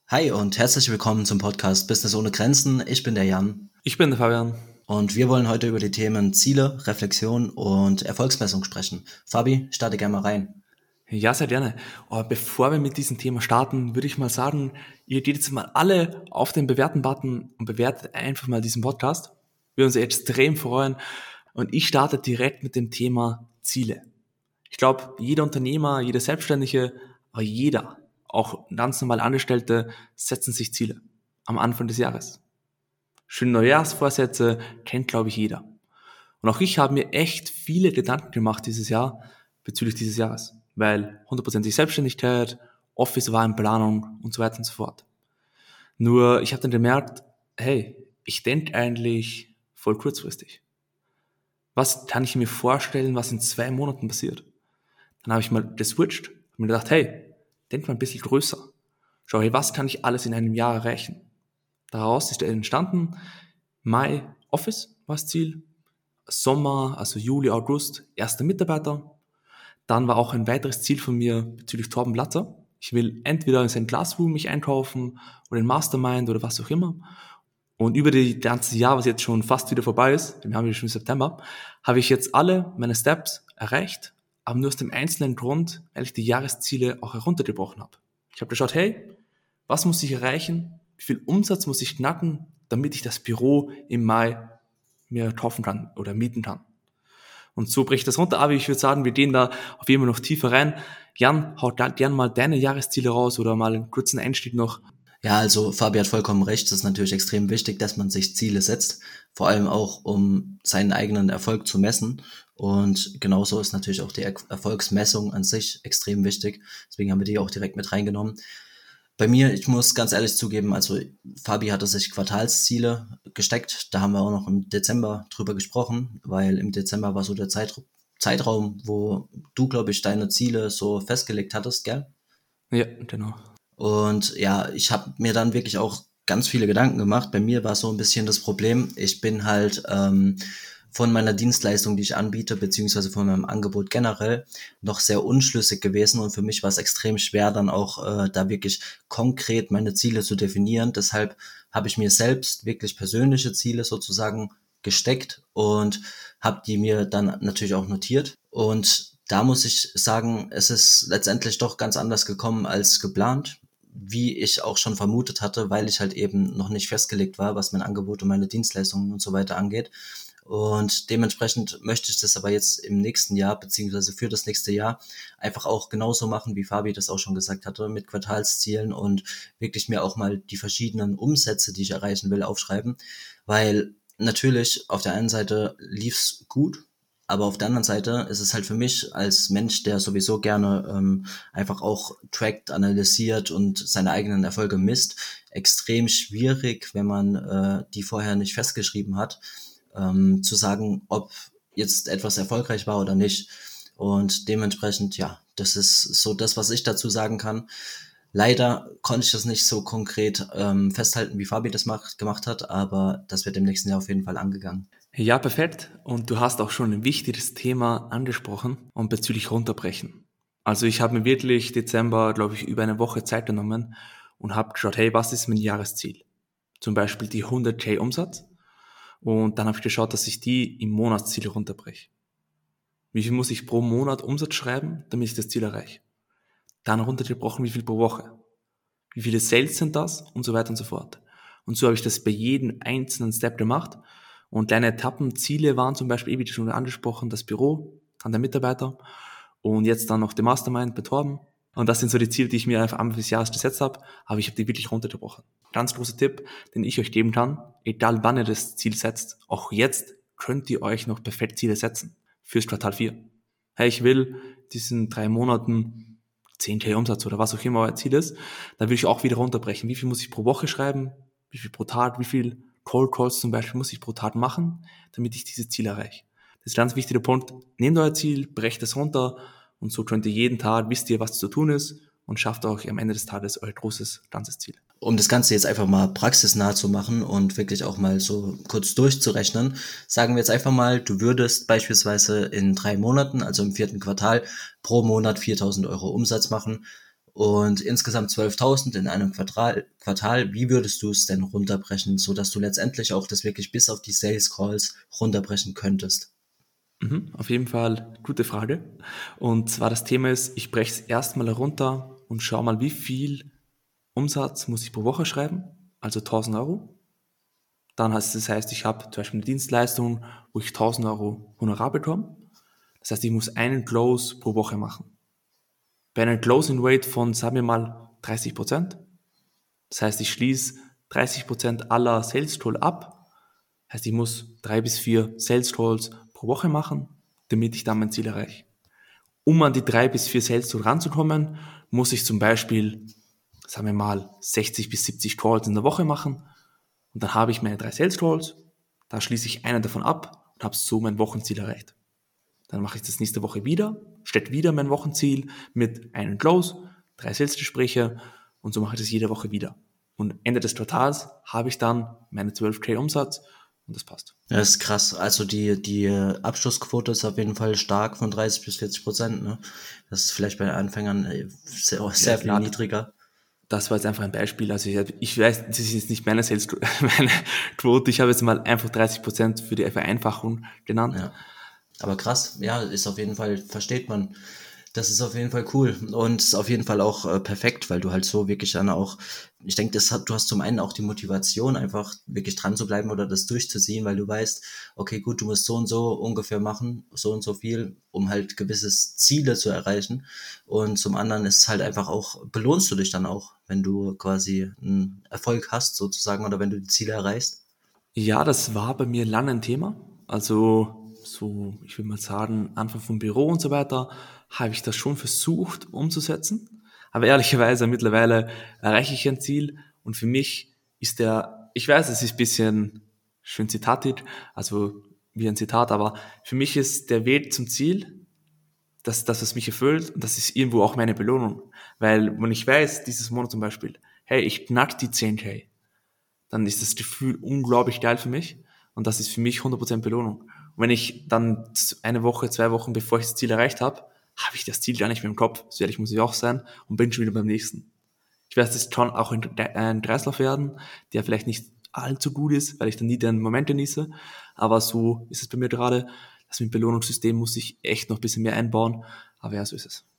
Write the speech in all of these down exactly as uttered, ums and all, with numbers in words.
Hi und herzlich willkommen zum Podcast Business ohne Grenzen. Ich bin der Jan Ich bin der Fabian. und wir wollen heute über die Themen Ziele, Reflexion und Erfolgsmessung sprechen. Fabi, starte gerne mal rein. Ja, sehr gerne. Aber bevor wir mit diesem Thema starten, würde ich mal sagen, ihr geht jetzt mal alle auf den Bewerten-Button und bewertet einfach mal diesen Podcast. Wir uns extrem freuen. Und ich starte direkt mit dem Thema Ziele. Ich glaube, jeder Unternehmer, jeder Selbstständige, aber jeder, auch ganz normale Angestellte, setzen sich Ziele am Anfang des Jahres. Schöne Neujahrsvorsätze kennt, glaube ich, jeder. Und auch ich habe mir echt viele Gedanken gemacht dieses Jahr bezüglich dieses Jahres, weil hundertprozentig Selbstständigkeit, Office war in Planung und so weiter und so fort. Nur ich habe dann gemerkt, hey, ich denke eigentlich voll kurzfristig. Was kann ich mir vorstellen, was in zwei Monaten passiert? Dann habe ich mal geswitcht und mir gedacht, hey, denk mal ein bisschen größer. Schau, hey, was kann ich alles in einem Jahr erreichen? Daraus ist entstanden, Mai Office war das Ziel, Sommer, also Juli, August, erster Mitarbeiter. Dann war auch ein weiteres Ziel von mir bezüglich Torben Platzer. Ich will entweder in sein Classroom mich einkaufen oder in Mastermind oder was auch immer. Und über das ganze Jahr, was jetzt schon fast wieder vorbei ist, wir haben ja schon September, habe ich jetzt alle meine Steps erreicht, aber nur aus dem einzelnen Grund, weil ich die Jahresziele auch heruntergebrochen habe. Ich habe geschaut, hey, was muss ich erreichen? Wie viel Umsatz muss ich knacken, damit ich das Büro im Mai mir kaufen kann oder mieten kann? Und so bricht das runter, aber ich würde sagen, wir gehen da auf jeden Fall noch tiefer rein. Jan, haut gern mal deine Jahresziele raus oder mal einen kurzen Einstieg noch. Ja, also Fabi hat vollkommen recht. Es ist natürlich extrem wichtig, dass man sich Ziele setzt, vor allem auch, um seinen eigenen Erfolg zu messen. Und genauso ist natürlich auch die Er- Erfolgsmessung an sich extrem wichtig. Deswegen haben wir die auch direkt mit reingenommen. Bei mir, ich muss ganz ehrlich zugeben, also Fabi hatte sich Quartalsziele gesteckt. Da haben wir auch noch im Dezember drüber gesprochen, weil im Dezember war so der Zeit, Zeitraum, wo du, glaube ich, deine Ziele so festgelegt hattest, gell? Ja, genau. Und ja, ich habe mir dann wirklich auch ganz viele Gedanken gemacht. Bei mir war so ein bisschen das Problem, ich bin halt ähm, von meiner Dienstleistung, die ich anbiete, beziehungsweise von meinem Angebot generell, noch sehr unschlüssig gewesen. Und für mich war es extrem schwer, dann auch äh, da wirklich konkret meine Ziele zu definieren. Deshalb habe ich mir selbst wirklich persönliche Ziele sozusagen gesteckt und habe die mir dann natürlich auch notiert. Und da muss ich sagen, es ist letztendlich doch ganz anders gekommen als geplant, wie ich auch schon vermutet hatte, weil ich halt eben noch nicht festgelegt war, was mein Angebot und meine Dienstleistungen und so weiter angeht. Und dementsprechend möchte ich das aber jetzt im nächsten Jahr, beziehungsweise für das nächste Jahr, einfach auch genauso machen, wie Fabi das auch schon gesagt hatte, mit Quartalszielen und wirklich mir auch mal die verschiedenen Umsätze, die ich erreichen will, aufschreiben. Weil natürlich auf der einen Seite lief's gut, aber auf der anderen Seite ist es halt für mich als Mensch, der sowieso gerne ähm, einfach auch trackt, analysiert und seine eigenen Erfolge misst, extrem schwierig, wenn man äh, die vorher nicht festgeschrieben hat, ähm, zu sagen, ob jetzt etwas erfolgreich war oder nicht. Und dementsprechend, ja, das ist so das, was ich dazu sagen kann. Leider konnte ich das nicht so konkret ähm, festhalten, wie Fabi das macht, gemacht hat, aber das wird im nächsten Jahr auf jeden Fall angegangen. Ja, perfekt. Und du hast auch schon ein wichtiges Thema angesprochen und bezüglich runterbrechen. Also ich habe mir wirklich Dezember, glaube ich, über eine Woche Zeit genommen und habe geschaut, hey, was ist mein Jahresziel? Zum Beispiel die hunderttausend Umsatz. Und dann habe ich geschaut, dass ich die im Monatsziel runterbreche. Wie viel muss ich pro Monat Umsatz schreiben, damit ich das Ziel erreiche? Dann runtergebrochen, wie viel pro Woche? Wie viele Sales sind das? Und so weiter und so fort. Und so habe ich das bei jedem einzelnen Step gemacht. Und kleine Etappenziele waren zum Beispiel, wie schon angesprochen, das Büro, dann der Mitarbeiter und jetzt dann noch der Mastermind bei Torben. Und das sind so die Ziele, die ich mir einfach am Anfang des Jahres gesetzt habe, aber ich habe die wirklich runtergebrochen. Ganz großer Tipp, den ich euch geben kann, egal wann ihr das Ziel setzt, auch jetzt könnt ihr euch noch perfekt Ziele setzen fürs Quartal vier. Hey, ich will diesen drei Monaten zehntausend Umsatz oder was auch immer euer Ziel ist, dann will ich auch wieder runterbrechen. Wie viel muss ich pro Woche schreiben? Wie viel pro Tag? Wie viel Cold Calls zum Beispiel muss ich pro Tag machen, damit ich dieses Ziel erreiche? Das ist ein ganz wichtiger Punkt. Nehmt euer Ziel, brecht es runter und so könnt ihr jeden Tag, wisst ihr, was zu tun ist und schafft euch am Ende des Tages euer großes, ganzes Ziel. Um das Ganze jetzt einfach mal praxisnah zu machen und wirklich auch mal so kurz durchzurechnen, sagen wir jetzt einfach mal, du würdest beispielsweise in drei Monaten, also im vierten Quartal, pro Monat viertausend Euro Umsatz machen und insgesamt zwölftausend in einem Quartal, Quartal, wie würdest du es denn runterbrechen, so dass du letztendlich auch das wirklich bis auf die Sales Calls runterbrechen könntest? Mhm, auf jeden Fall gute Frage. Und zwar das Thema ist, ich breche es erstmal herunter und schaue mal, wie viel Umsatz muss ich pro Woche schreiben, also tausend Euro. Dann heißt das heißt, ich habe zum Beispiel eine Dienstleistung, wo ich tausend Euro Honorar bekomme. Das heißt, ich muss einen Close pro Woche machen. Bei einer Closing Rate von, sagen wir mal, dreißig Prozent. Das heißt, ich schließe dreißig Prozent aller Sales Calls ab. Das heißt, ich muss drei bis vier Sales Calls pro Woche machen, damit ich dann mein Ziel erreiche. Um an die drei bis vier Sales Calls ranzukommen, muss ich zum Beispiel, sagen wir mal, sechzig bis siebzig Calls in der Woche machen. Und dann habe ich meine drei Sales Calls, da schließe ich einen davon ab und habe so mein Wochenziel erreicht. Dann mache ich das nächste Woche wieder, stecke wieder mein Wochenziel mit einem Close, drei Salesgespräche und so mache ich das jede Woche wieder. Und Ende des Quartals habe ich dann meine zwölftausend Umsatz und das passt. Das ist krass. Also die, die Abschlussquote ist auf jeden Fall stark von dreißig bis vierzig Prozent, ne? Das ist vielleicht bei Anfängern sehr, sehr Ja, viel klar. niedriger. Das war jetzt einfach ein Beispiel. Also ich, ich weiß, das ist jetzt nicht meine Sales, meine Quote. Ich habe jetzt mal einfach dreißig Prozent für die Vereinfachung genannt. Ja. Aber krass, ja, ist auf jeden Fall, versteht man. Das ist auf jeden Fall cool und ist auf jeden Fall auch äh, perfekt, weil du halt so wirklich dann auch, ich denke, das hat, du hast zum einen auch die Motivation, einfach wirklich dran zu bleiben oder das durchzuziehen, weil du weißt, okay, gut, du musst so und so ungefähr machen, so und so viel, um halt gewisse Ziele zu erreichen. Und zum anderen ist halt einfach auch, belohnst du dich dann auch, wenn du quasi einen Erfolg hast sozusagen oder wenn du die Ziele erreichst. Ja, das war bei mir lange ein Thema. Also so, ich will mal sagen, Anfang vom Büro und so weiter, habe ich das schon versucht umzusetzen. Aber ehrlicherweise mittlerweile erreiche ich ein Ziel und für mich ist der, ich weiß, es ist ein bisschen schön zitatig, also wie ein Zitat, aber für mich ist der Weg zum Ziel, das, das, was mich erfüllt, und das ist irgendwo auch meine Belohnung. Weil, wenn ich weiß, dieses Monat zum Beispiel, hey, ich knack die zehn K, dann ist das Gefühl unglaublich geil für mich und das ist für mich hundert Prozent Belohnung. Und wenn ich dann eine Woche, zwei Wochen, bevor ich das Ziel erreicht habe, habe ich das Ziel gar nicht mehr im Kopf, so ehrlich muss ich auch sein, und bin schon wieder beim nächsten. Ich weiß, das kann auch ein Kreislauf werden, der vielleicht nicht allzu gut ist, weil ich dann nie den Moment genieße, aber so ist es bei mir gerade. Das mit dem Belohnungssystem muss ich echt noch ein bisschen mehr einbauen, aber ja, so ist es.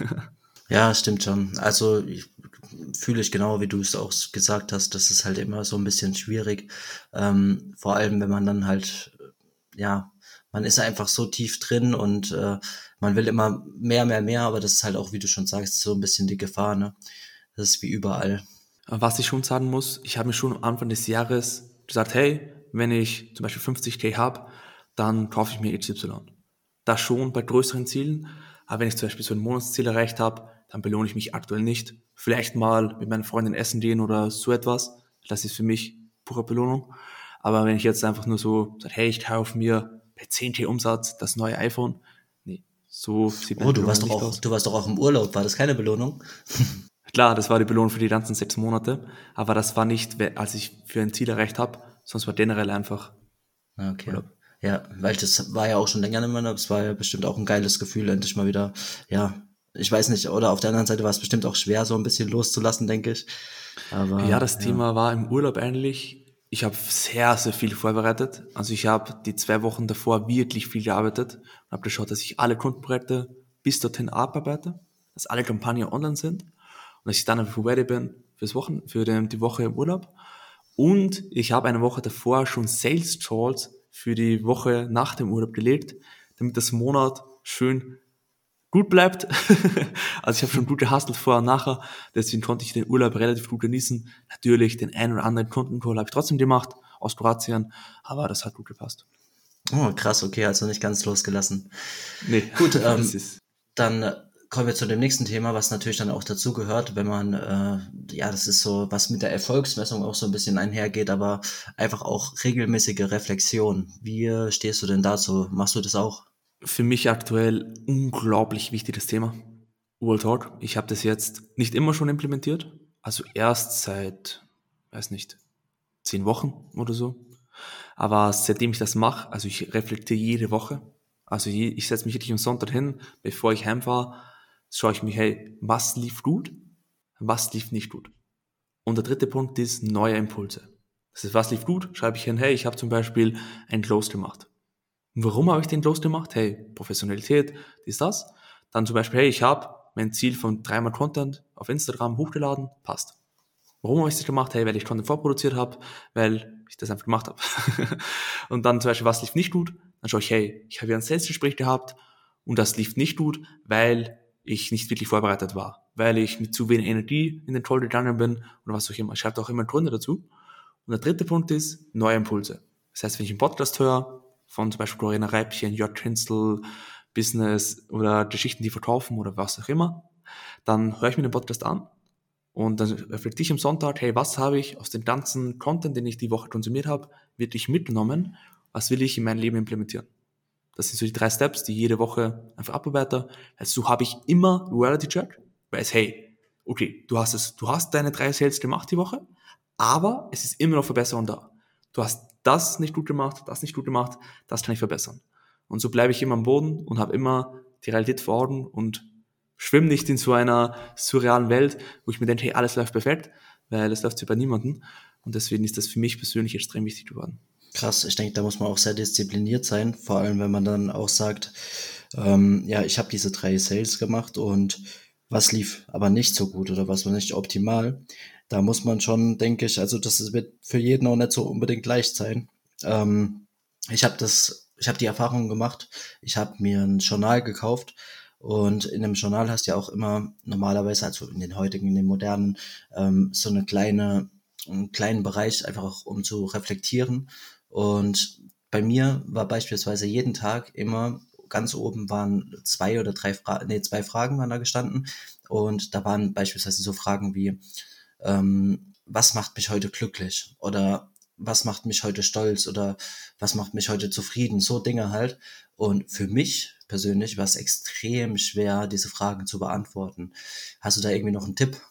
Ja, stimmt schon. Also ich, fühle ich genau, wie du es auch gesagt hast, das ist halt immer so ein bisschen schwierig. Ähm, vor allem, wenn man dann halt, äh, ja, man ist einfach so tief drin und äh, man will immer mehr, mehr, mehr, aber das ist halt auch, wie du schon sagst, so ein bisschen die Gefahr, ne? Das ist wie überall. Was ich schon sagen muss, ich habe mir schon am Anfang des Jahres gesagt, hey, wenn ich zum Beispiel fünfzig K habe, dann kaufe ich mir X Y. Das schon bei größeren Zielen, aber wenn ich zum Beispiel so ein Monatsziel erreicht habe, dann belohne ich mich aktuell nicht. Vielleicht mal mit meinen Freunden essen gehen oder so etwas. Das ist für mich pure Belohnung. Aber wenn ich jetzt einfach nur so sage, hey, ich kaufe mir bei zehn K Umsatz das neue iPhone, nee, so sieht Oh, meine du warst Belohnung doch nicht auch, aus. du warst doch auch im Urlaub, war das keine Belohnung? Klar, das war die Belohnung für die ganzen sechs Monate, aber das war nicht, als ich für ein Ziel erreicht habe, sonst war generell einfach Ah, okay. Urlaub. Ja, weil das war ja auch schon länger nicht mehr, es war ja bestimmt auch ein geiles Gefühl, endlich mal wieder, ja, ich weiß nicht, oder auf der anderen Seite war es bestimmt auch schwer, so ein bisschen loszulassen, denke ich. Ja, Aber das ja, Thema war im Urlaub eigentlich, ich habe sehr, sehr viel vorbereitet. Also ich habe die zwei Wochen davor wirklich viel gearbeitet und habe geschaut, dass ich alle Kundenprojekte bis dorthin abarbeite, dass alle Kampagnen online sind und dass ich dann einfach ready bin fürs Wochen, für den, die Woche im Urlaub. Und ich habe eine Woche davor schon Sales Calls für die Woche nach dem Urlaub gelegt, damit das Monat schön gut bleibt. Also ich habe schon gut gehustelt vorher und nachher, deswegen konnte ich den Urlaub relativ gut genießen. Natürlich, den einen oder anderen Kundencall habe ich trotzdem gemacht, aus Kroatien, aber das hat gut gepasst. oh, krass, okay, also nicht ganz losgelassen. Nee, Gut, das ähm, ist, dann äh, kommen wir zu dem nächsten Thema, was natürlich dann auch dazu gehört, wenn man, äh, ja, das ist so, was mit der Erfolgsmessung auch so ein bisschen einhergeht, aber einfach auch regelmäßige Reflexion. Wie äh, stehst du denn dazu? Machst du das auch? für mich aktuell unglaublich wichtiges Thema. World Talk. Ich habe das jetzt nicht immer schon implementiert, also erst seit, weiß nicht, zehn Wochen oder so. Aber seitdem ich das mache, also ich reflektiere jede Woche, also je, ich setze mich wirklich am Sonntag hin, bevor ich heimfahre, schaue ich mich, hey, was lief gut, was lief nicht gut. Und der dritte Punkt ist neue Impulse. Das ist, was lief gut? Schreibe ich hin, hey, ich habe zum Beispiel einen Close gemacht. Und warum habe ich den Close gemacht? Hey, Professionalität, dies, das. Dann zum Beispiel, hey, ich habe mein Ziel von dreimal Content auf Instagram hochgeladen, passt. Warum habe ich das gemacht? Hey, weil ich Content vorproduziert habe, weil ich das einfach gemacht habe. Und dann zum Beispiel, was lief nicht gut? Dann schaue ich, hey, ich habe ja ein Selbstgespräch gehabt und das lief nicht gut, weil ich nicht wirklich vorbereitet war, weil ich mit zu wenig Energie in den Call gegangen bin oder was auch immer. Ich schreibe auch immer Gründe dazu. Und der dritte Punkt ist neue Impulse. Das heißt, wenn ich einen Podcast höre, von zum Beispiel Corinna Reibchen, Jörg Tinzel, Business oder Geschichten, die verkaufen oder was auch immer, dann höre ich mir den Podcast an und dann reflektiere ich am Sonntag, hey, was habe ich aus dem ganzen Content, den ich die Woche konsumiert habe, wirklich mitgenommen? Was will ich in mein Leben implementieren? Das sind so die drei Steps, die ich jede Woche einfach abarbeite. Also so habe ich immer Reality-Check, weiß, hey, okay, du hast es, du hast deine drei Sales gemacht die Woche, aber es ist immer noch Verbesserung da. Du hast das nicht gut gemacht, das nicht gut gemacht, das kann ich verbessern. Und so bleibe ich immer am Boden und habe immer die Realität vor Augen und schwimme nicht in so einer surrealen Welt, wo ich mir denke, hey, alles läuft perfekt, weil es läuft bei niemandem. Und deswegen ist das für mich persönlich extrem wichtig geworden. Krass, ich denke, da muss man auch sehr diszipliniert sein, vor allem wenn man dann auch sagt, ähm, ja, ich habe diese drei Sales gemacht und was lief aber nicht so gut oder was war nicht optimal. Da muss man schon, denke ich, also das wird für jeden auch nicht so unbedingt leicht sein. Ähm, ich habe das, ich habe die Erfahrung gemacht, ich habe mir ein Journal gekauft und in dem Journal hast du ja auch immer normalerweise, also in den heutigen, in den modernen, ähm, so eine kleine, einen kleinen Bereich einfach auch, um zu reflektieren. Und bei mir war beispielsweise jeden Tag immer ganz oben waren zwei oder drei Fragen, nee, zwei Fragen waren da gestanden. Und da waren beispielsweise so Fragen wie, ähm, was macht mich heute glücklich? Oder was macht mich heute stolz? Oder was macht mich heute zufrieden? So Dinge halt. Und für mich persönlich war es extrem schwer, diese Fragen zu beantworten. Hast du da irgendwie noch einen Tipp?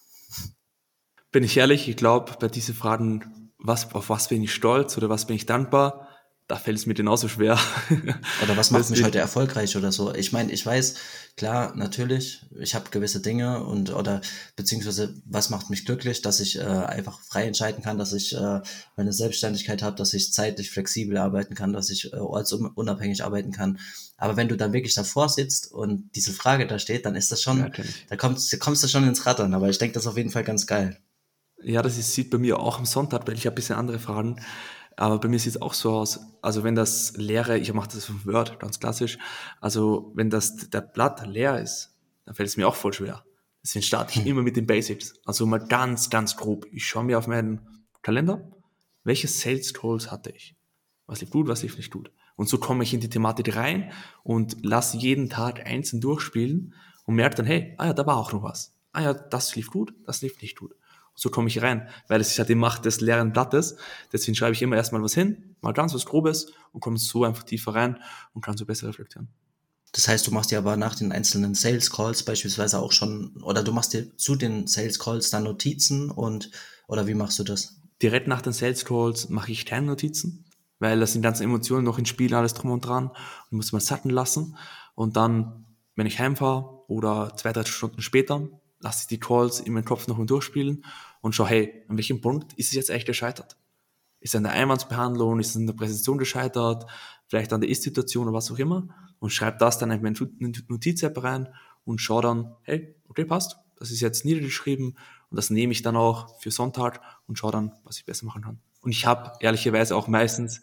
Bin ich ehrlich, ich glaube, bei diesen Fragen, was, auf was bin ich stolz oder was bin ich dankbar, da fällt es mir genauso schwer. Oder was macht mich heute Deswegen, erfolgreich oder so? Ich meine, ich weiß, klar, natürlich, ich habe gewisse Dinge und oder beziehungsweise was macht mich glücklich, dass ich äh, einfach frei entscheiden kann, dass ich äh, meine Selbstständigkeit habe, dass ich zeitlich flexibel arbeiten kann, dass ich äh, ortsunabhängig arbeiten kann. Aber wenn du dann wirklich davor sitzt und diese Frage da steht, dann ist das ja, schon, kenn ich. da kommst, da kommst du schon ins Rattern. Aber ich denke, das ist auf jeden Fall ganz geil. Ja, das ist, sieht bei mir auch am Sonntag, weil ich habe ein bisschen andere Fragen. Aber bei mir sieht es auch so aus. Also wenn das leere, ich mache das auf Word, ganz klassisch. Also wenn das der Blatt leer ist, dann fällt es mir auch voll schwer. Deswegen starte ich immer mit den Basics. Also mal ganz, ganz grob. Ich schaue mir auf meinen Kalender, welche Sales Goals hatte ich? Was lief gut, was lief nicht gut? Und so komme ich in die Thematik rein und lasse jeden Tag einzeln durchspielen und merke dann, hey, ah ja, da war auch noch was. Ah ja, das lief gut, das lief nicht gut. So komme ich rein, weil es ist ja die Macht des leeren Blattes. Deswegen schreibe ich immer erstmal was hin, mal ganz was Grobes und komme so einfach tiefer rein und kann so besser reflektieren. Das heißt, du machst dir aber nach den einzelnen Sales Calls beispielsweise auch schon, oder du machst dir zu den Sales Calls dann Notizen und, oder wie machst du das? Direkt nach den Sales Calls mache ich keine Notizen, weil das sind ganze Emotionen noch ins Spiel, alles drum und dran und muss mal sacken lassen. Und dann, wenn ich heimfahre oder zwei, drei Stunden später, lasse ich die Calls in meinem Kopf noch mal durchspielen und schaue, hey, an welchem Punkt ist es jetzt echt gescheitert? Ist es an der Einwandsbehandlung, ist es an der Präsentation gescheitert, vielleicht an der Ist-Situation oder was auch immer und schreibe das dann in meine Notiz-App rein und schaue dann, hey, okay, passt, das ist jetzt niedergeschrieben und das nehme ich dann auch für Sonntag und schaue dann, was ich besser machen kann. Und ich habe ehrlicherweise auch meistens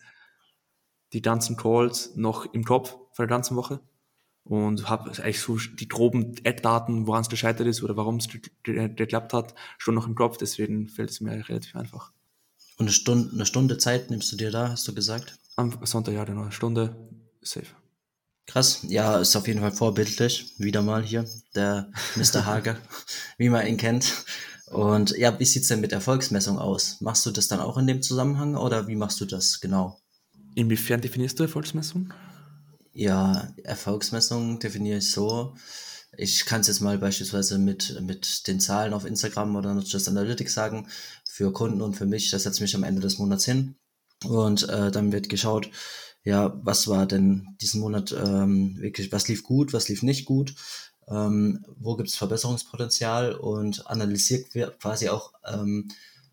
die ganzen Calls noch im Kopf von der ganzen Woche und habe eigentlich so die groben Eckdaten, woran es gescheitert ist oder warum es geklappt hat, schon noch im Kopf, deswegen fällt es mir relativ einfach. Und eine Stunde, eine Stunde Zeit nimmst du dir da, hast du gesagt? Am Sonntag, ja, genau, eine Stunde, safe. Krass, ja, ist auf jeden Fall vorbildlich. Wieder mal hier, der Mister Hage, wie man ihn kennt. Und ja, wie sieht's denn mit Erfolgsmessung aus? Machst du das dann auch in dem Zusammenhang oder wie machst du das genau? Inwiefern definierst du Erfolgsmessung? Ja, Erfolgsmessung definiere ich so. Ich kann es jetzt mal beispielsweise mit, mit den Zahlen auf Instagram oder Just Analytics sagen. Für Kunden und für mich, das setze ich mich am Ende des Monats hin. Und äh, dann wird geschaut, ja, was war denn diesen Monat ähm, wirklich, was lief gut, was lief nicht gut. ähm, wo gibt es Verbesserungspotenzial und analysiert wird quasi auch ähm,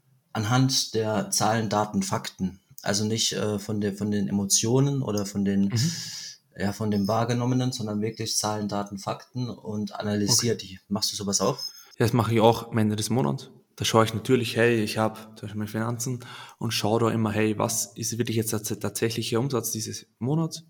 anhand der Zahlen, Daten, Fakten. Also nicht äh, von der von den Emotionen oder von den Mhm. ja von dem Wahrgenommenen, sondern wirklich Zahlen, Daten, Fakten und Okay. analysiert die. Machst du sowas auch? Ja, das mache ich auch am Ende des Monats. Da schaue ich natürlich, hey, ich habe zum Beispiel meine Finanzen und schaue da immer, hey, was ist wirklich jetzt der tatsächliche Umsatz dieses Monats?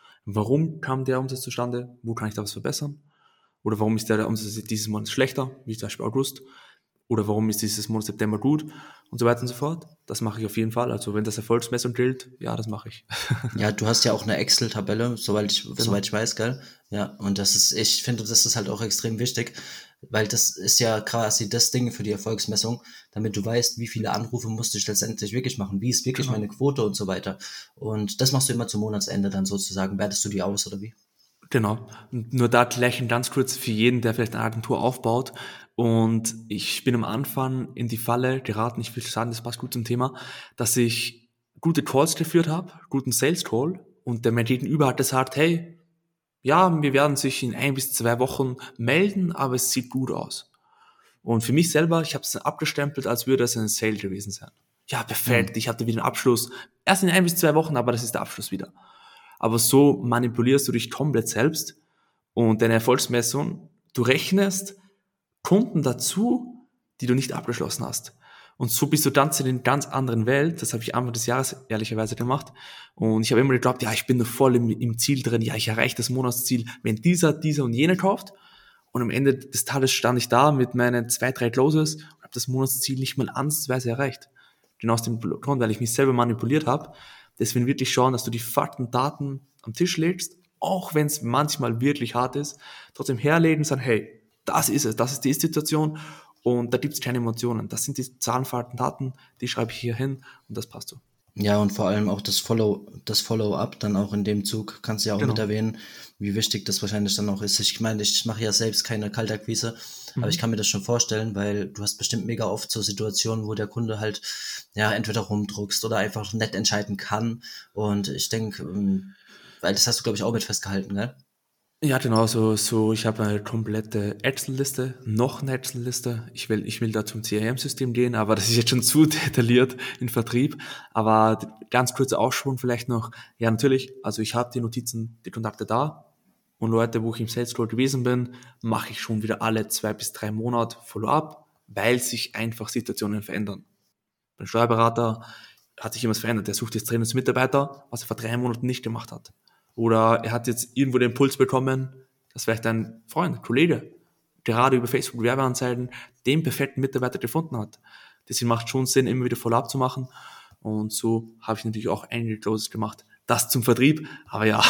Warum kam der Umsatz zustande? Wo kann ich da was verbessern? Oder warum ist der Umsatz dieses Monats schlechter, wie zum Beispiel August? Oder warum ist dieses Monat September gut? Und so weiter und so fort. Das mache ich auf jeden Fall. Also wenn das Erfolgsmessung gilt, ja, das mache ich. Ja, du hast ja auch eine Excel-Tabelle, soweit ich, soweit Genau. ich weiß, gell? Ja, und das ist, ich finde, das ist halt auch extrem wichtig, weil das ist ja quasi das Ding für die Erfolgsmessung, damit du weißt, wie viele Anrufe musste ich letztendlich wirklich machen, wie ist wirklich meine Genau. Quote und so weiter. Und das machst du immer zum Monatsende dann sozusagen. Wertest du die aus oder wie? Genau. Und nur da gleich ganz kurz für jeden, der vielleicht eine Agentur aufbaut. Und ich bin am Anfang in die Falle geraten, ich will sagen, das passt gut zum Thema, dass ich gute Calls geführt habe, guten Sales Call, und der mir gegenüber hat gesagt, hey, ja, wir werden sich in ein bis zwei Wochen melden, aber es sieht gut aus. Und für mich selber, ich habe es abgestempelt, als würde es ein Sale gewesen sein. Ja, perfekt, Hm. ich hatte wieder einen Abschluss. Erst in ein bis zwei Wochen, aber das ist der Abschluss wieder. Aber so manipulierst du dich komplett selbst und deine Erfolgsmessung, du rechnest Kunden dazu, die du nicht abgeschlossen hast. Und so bist du dann in einer ganz anderen Welt. Das habe ich Anfang des Jahres ehrlicherweise gemacht. Und ich habe immer geglaubt, ja, ich bin noch voll im, im Ziel drin. Ja, ich erreiche das Monatsziel, wenn dieser, dieser und jener kauft. Und am Ende des Tages stand ich da mit meinen zwei, drei Closes und habe das Monatsziel nicht mal ansatzweise erreicht. Genau aus dem Grund, weil ich mich selber manipuliert habe. Deswegen wirklich schauen, dass du die Fakten, Daten am Tisch legst, auch wenn es manchmal wirklich hart ist, trotzdem herlegen und sagen, hey, das ist es, das ist die Situation und da gibt es keine Emotionen. Das sind die Zahlen, Fakten, Daten, die schreibe ich hier hin und das passt so. Ja, und vor allem auch das Follow, das Follow-up dann auch in dem Zug, kannst du ja auch mit Genau. erwähnen, wie wichtig das wahrscheinlich dann auch ist. Ich meine, ich mache ja selbst keine Kaltakquise, aber ich Mhm. kann mir das schon vorstellen, weil du hast bestimmt mega oft so Situationen, wo der Kunde halt, ja, entweder rumdruckst oder einfach nett entscheiden kann. Und ich denke, ähm, weil das hast du, glaube ich, auch mit festgehalten, gell? Ja, genau, so, so ich habe eine komplette Excel-Liste, noch eine Excel-Liste. Ich will, ich will da zum C R M-System gehen, aber das ist jetzt schon zu detailliert in Vertrieb. Aber ganz kurzer Ausschwung vielleicht noch. Ja, natürlich, also ich habe die Notizen, die Kontakte da. Und Leute, wo ich im Sales Call gewesen bin, mache ich schon wieder alle zwei bis drei Monate Follow-up, weil sich einfach Situationen verändern. Beim Steuerberater hat sich irgendwas verändert. Der sucht jetzt Trainingsmitarbeiter, was er vor drei Monaten nicht gemacht hat. Oder er hat jetzt irgendwo den Impuls bekommen, dass vielleicht ein Freund, Kollege, gerade über Facebook Werbeanzeigen den perfekten Mitarbeiter gefunden hat. Deswegen macht es schon Sinn, immer wieder Follow-up zu machen. Und so habe ich natürlich auch einige Closes gemacht. Das zum Vertrieb, aber ja.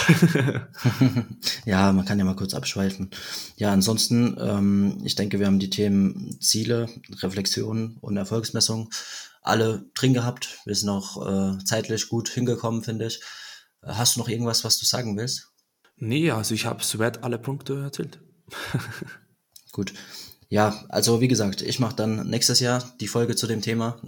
Ja, man kann ja mal kurz abschweifen. Ja, ansonsten, ähm, ich denke, wir haben die Themen Ziele, Reflexion und Erfolgsmessung alle drin gehabt. Wir sind auch äh, zeitlich gut hingekommen, finde ich. Äh, Hast du noch irgendwas, was du sagen willst? Nee, also ich habe soweit alle Punkte erzählt. Gut. Ja, also wie gesagt, ich mache dann nächstes Jahr die Folge zu dem Thema.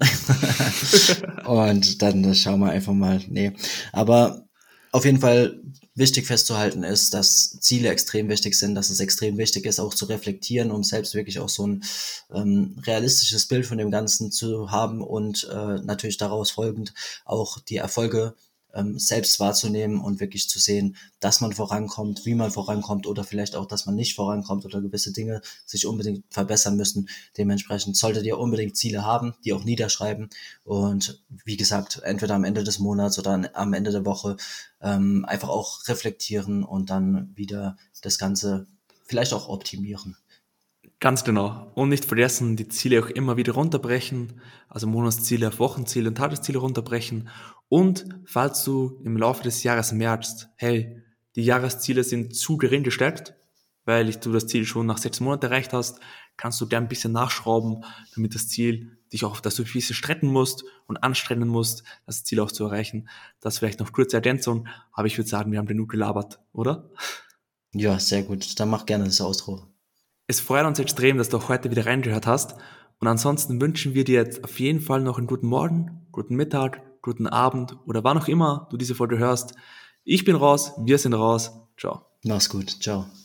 Und dann schauen wir einfach mal. Nee. Aber auf jeden Fall wichtig festzuhalten ist, dass Ziele extrem wichtig sind, dass es extrem wichtig ist, auch zu reflektieren, um selbst wirklich auch so ein ähm, realistisches Bild von dem Ganzen zu haben und äh, natürlich daraus folgend auch die Erfolge ähm, selbst wahrzunehmen und wirklich zu sehen, dass man vorankommt, wie man vorankommt oder vielleicht auch, dass man nicht vorankommt oder gewisse Dinge sich unbedingt verbessern müssen. Dementsprechend solltet ihr unbedingt Ziele haben, die auch niederschreiben und wie gesagt, entweder am Ende des Monats oder an, am Ende der Woche ähm, einfach auch reflektieren und dann wieder das Ganze vielleicht auch optimieren. Ganz genau. Und nicht vergessen, die Ziele auch immer wieder runterbrechen, also Monatsziele auf Wochenziele und Tagesziele runterbrechen. Und falls du im Laufe des Jahres merkst, hey, die Jahresziele sind zu gering gesteckt, weil ich, du das Ziel schon nach sechs Monaten erreicht hast, kannst du da ein bisschen nachschrauben, damit das Ziel dich auch, dass du ein bisschen strecken musst und anstrengen musst, das Ziel auch zu erreichen. Das vielleicht noch kurze Ergänzung, aber ich würde sagen, wir haben genug gelabert, oder? Ja, sehr gut. Dann mach gerne das Outro. Es freut uns extrem, dass du auch heute wieder reingehört hast. Und ansonsten wünschen wir dir jetzt auf jeden Fall noch einen guten Morgen, guten Mittag, guten Abend oder wann auch immer du diese Folge hörst. Ich bin raus, wir sind raus. Ciao. Mach's gut. Ciao.